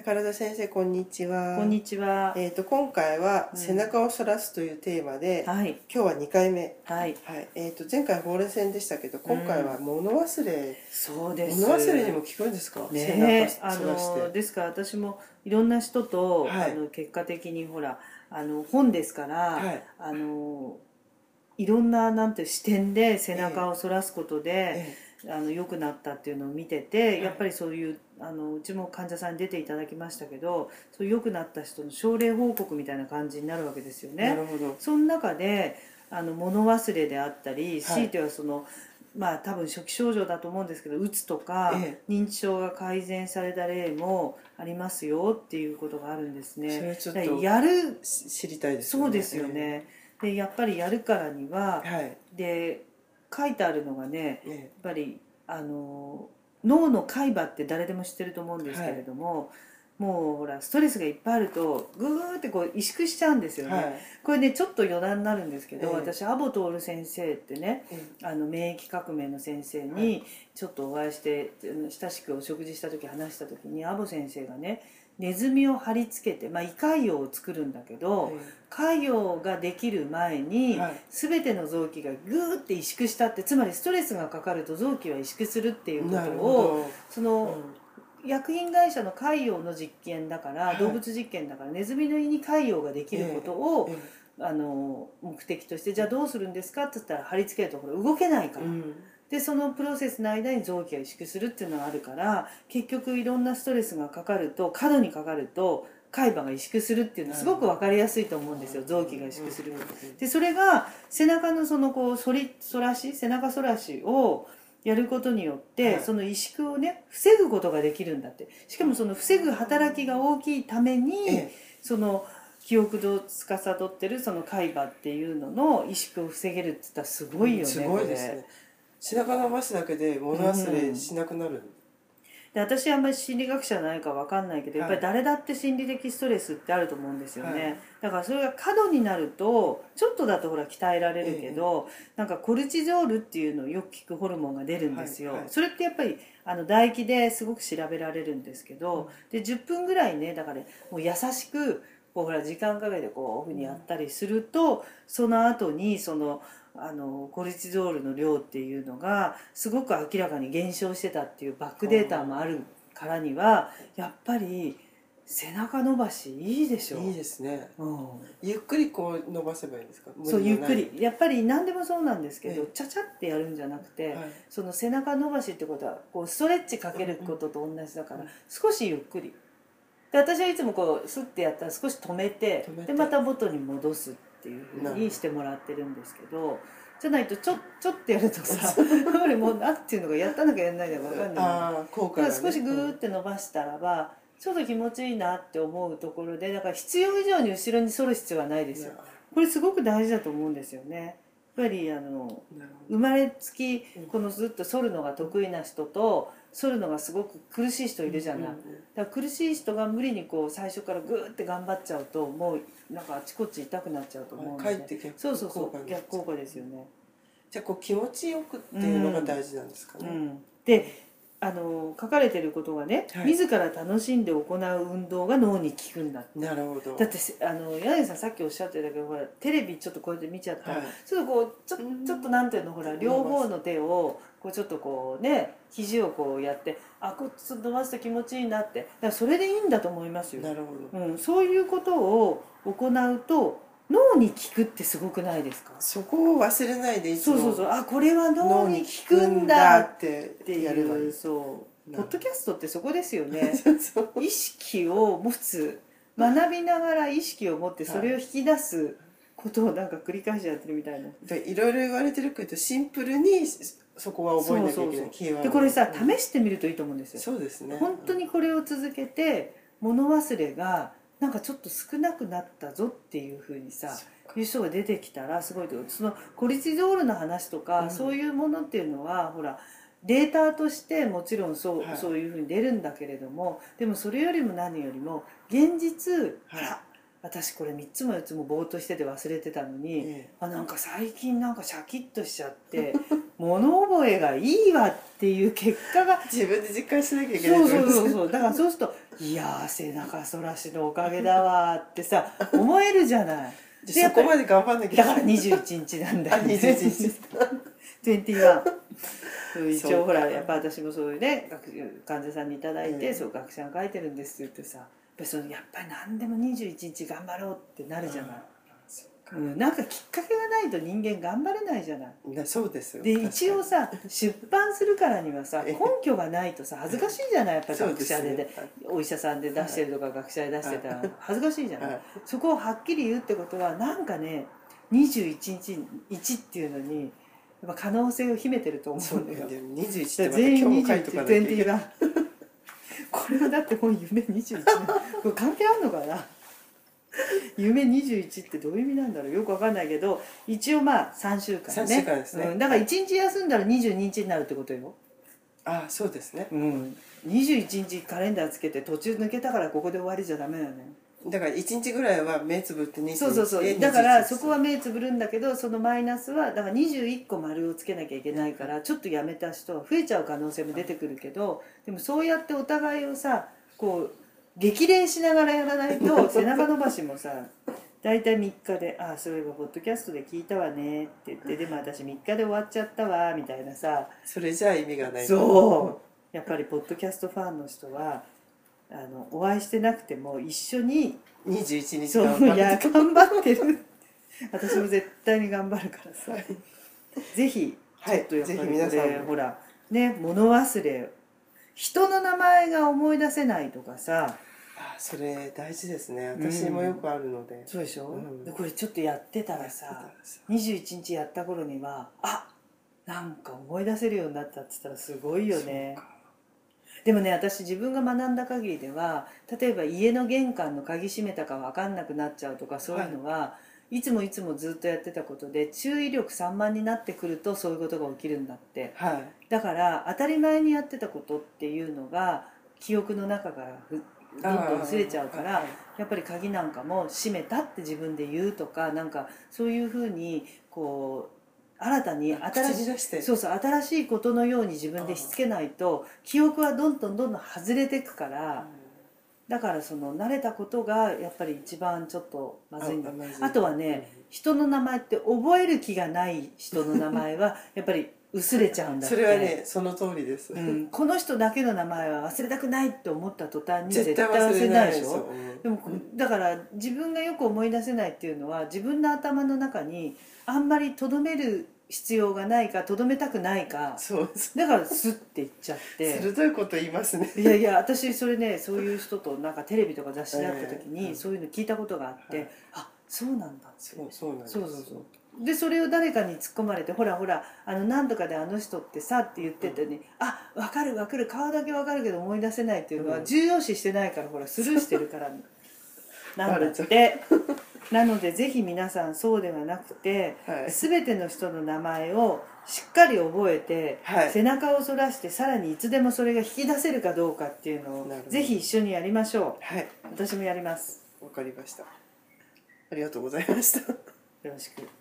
宝田先生、こんにちは。 こんにちは。 今回は背中を反らすというテーマで、 はい。 今日は2回目。 はい。 はい。前回ほうれい線でしたけど、今回は物忘れ。 そうです。 物忘れにも効くんですか？ ね、 背中反らして。 ですから私もいろんな人と、 はい、 結果的にほら本ですから、 はい、 いろんななんて視点で背中を反らすことで、 え良くなったっていうのを見てて、 い、 やっぱりそういううちも患者さんに出ていただきましたけど、そういう良くなった人の症例報告みたいな感じになるわけですよね。 なるほど。 その中で物忘れであったり、 はい、 強いてはまあ多分初期症状だと思うんですけど、うつとか認知症が改善された例もありますよっていうことがあるんですね。 それちょっと知りたいですよね。 そうですよね。でやっぱりやるからには、 はい、 で書いてあるのがね、やっぱり脳の海馬って誰でも知ってると思うんですけれども、もうほらストレスがいっぱいあるとグーってこう萎縮しちゃうんですよね。これねちょっと余談になるんですけど、私アボトール先生ってね、免疫革命の先生にちょっとお会いして親しくお食事した時話した時に、アボ先生がね、ネズミを貼り付けて、胃潰瘍を作るんだけど、潰瘍ができる前に全ての臓器がグーって萎縮したって、つまりストレスがかかると臓器は萎縮するっていうことを、薬品会社の潰瘍の実験だから、動物実験だから、ネズミの胃に潰瘍ができることを、目的として、じゃあどうするんですかって言ったら、貼り付けるところ動けないから、でそのプロセスの間に臓器が萎縮するっていうのがあるから、結局いろんなストレスがかかると、過度にかかると海馬が萎縮するっていうのはすごく分かりやすいと思うんですよ。臓器が萎縮する。でそれが背中のこう反らし、背中反らしをやることによって、その萎縮をね防ぐことができるんだって。しかもその防ぐ働きが大きいために、その記憶を司ってるその海馬っていうのの萎縮を防げるって言ったらすごいよね。 すごいですね。背中伸ばすだけで物忘れしなくなる。 で私はあんまり心理学者じゃないか分かんないけど、やっぱり誰だって心理的ストレスってあると思うんですよね。だからそれが過度になるとちょっとだとほら鍛えられるけど、なんかコルチゾールっていうのをよく聞くホルモンが出るんですよ。それってやっぱり唾液ですごく調べられるんですけど、で10分ぐらいね、だからもう優しくこうほら時間かけてこういうふうにやったりすると、その後にコルチゾールの量っていうのがすごく明らかに減少してたっていうバックデータもあるからには、やっぱり背中伸ばしいいでしょ。 いいですね。ゆっくりこう伸ばせばいいんですか？ そうゆっくり、やっぱり何でもそうなんですけど、ちゃちゃってやるんじゃなくて、その背中伸ばしってことはこうストレッチかけることと同じだから、少しゆっくりで、私はいつもこうスッてやったら少し止めて、でまた元に戻すっていうふうにしてもらってるんですけど、じゃないとちょっとやるとさ俺もうなんていうのか、やったのかやんないのか分かんない。だから少しグーって伸ばしたらばちょっと気持ちいいなって思うところで、だから必要以上に後ろに反る必要はないですよ。これすごく大事だと思うんですよね。やっぱり生まれつきこのずっと反るのが得意な人と反るのがすごく苦しい人いるじゃない。だから苦しい人が無理にこう最初からグーって頑張っちゃうと、もうなんかあちこち痛くなっちゃうと思うので、そう逆効果ですよね。 じゃあこう気持ちよくっていうのが大事なんですかね。 で書かれてることがね、自ら楽しんで行う運動が脳に効くんだって。 なるほど。 だって柳さんさっきおっしゃってたけど、ほらテレビちょっとこうやって見ちゃったら、ちょっとこうちょっとなんていうの、ほら両方の手をこうちょっとこうね、肘をこうやって、こっち伸ばすと気持ちいいなって、だからそれでいいんだと思いますよ。 なるほど。 そういうことを行うと脳に効くってすごくないですか？ そこを忘れないでいつもこれは脳に効くんだってやればいい。ポッドキャストってそこですよね。意識を持つ、学びながら意識を持ってそれを引き出すことをなんか繰り返しやってるみたいな。 いろいろ言われてるけど、シンプルにそこは覚えなきゃいけないキーワード。 でこれさ、試してみるといいと思うんですよ。 そうですね。 本当にこれを続けて物忘れがなんかちょっと少なくなったぞっていうふうにさ、いう人が出てきたらすごいと。そのコルチゾールの話とか、そういうものっていうのはほらデータとしてもちろんそういうふうに出るんだけれども、でもそれよりも何よりも現実、私これ3つも4つもぼーっとしてて忘れてたのに、なんか最近なんかシャキッとしちゃって物覚えがいいわっていう結果が自分で実感しなきゃいけない。 だからそうするといやー背中反らしのおかげだわってさ思えるじゃない。 でそこまで頑張んなきゃ。 だから21日なんだよね。 21日 21。一応ほらやっぱ私もそういうね患者さんにいただいて、そう学者が書いてるんですって言ってさ、やっぱり何でも21日頑張ろうってなるじゃない。なんかきっかけがないと人間頑張れないじゃない。 そうですよ。 で一応さ出版するからにはさ根拠がないとさ恥ずかしいじゃない。やっぱり学者で、お医者さんで出してるとか学者で出してたら恥ずかしいじゃない。そこをはっきり言うってことはなんかね21日1っていうのにやっぱ可能性を秘めてると思うんだよ。 21って全員21全員がこれはだって本夢21これ関係あるのかな。夢21ってどういう意味なんだろうよく分かんないけど、一応まあ3週間ね。 3週間ですね。 だから1日休んだら22日になるってことよ。 ああそうですね。 21日カレンダーつけて途中抜けたからここで終わりじゃダメだよね。 だから1日ぐらいは目つぶって21日。 そうだからそこは目つぶるんだけど、そのマイナスはだから21個丸をつけなきゃいけないから、ちょっとやめた人は増えちゃう可能性も出てくるけど、でもそうやってお互いをさこう激励しながらやらないと背中伸ばしもさ大体3日で「ああそういえばポッドキャストで聞いたわね」って言って「でも私3日で終わっちゃったわ」みたいなさ。 それじゃあ意味がない。 そうやっぱりポッドキャストファンの人はお会いしてなくても一緒に 21日頑張ってる私も絶対に頑張るからさぜひちょっとやっぱりこれほらね物忘れ、人の名前が思い出せないとかさ、 それ大事ですね。私もよくあるので。 そうでしょ。でこれちょっとやってたらさ21日やった頃にはなんか思い出せるようになったって言ったらすごいよね。でもね私自分が学んだ限りでは、例えば家の玄関の鍵閉めたか分かんなくなっちゃうとかそういうのは、いつもずっとやってたことで注意力散漫になってくるとそういうことが起きるんだって、だから当たり前にやってたことっていうのが記憶の中からどんどん薄れちゃうから、やっぱり鍵なんかも閉めたって自分で言うとか、なんかそういうふうにこう新たに新しいことのように自分でしつけないと記憶はどんどん外れていくから、だからその慣れたことがやっぱり一番ちょっとまずいんだ。あとはね、人の名前って覚える気がない人の名前はやっぱり薄れちゃうんだって。 それはねその通りです、 この人だけの名前は忘れたくないって思った途端に絶対忘れないでしょ。でもだから自分がよく思い出せないっていうのは自分の頭の中にあんまり留める必要がないか留めたくないか、だからスッていっちゃって鋭いこと言いますね。 いや私それね、そういう人となんかテレビとか雑誌で会った時にそういうの聞いたことがあって、そうなんだって。 そうなんです。 でそれを誰かに突っ込まれて「ほらなんとかであの人ってさ」って言っててね「分かる顔だけ分かるけど思い出せない」っていうのは重要視してないから、ほらスルーしてるからなんだってなのでぜひ皆さんそうではなくて、全ての人の名前をしっかり覚えて、背中を反らしてさらにいつでもそれが引き出せるかどうかっていうのをぜひ一緒にやりましょう。私もやります。 わかりました。ありがとうございました。 よろしく。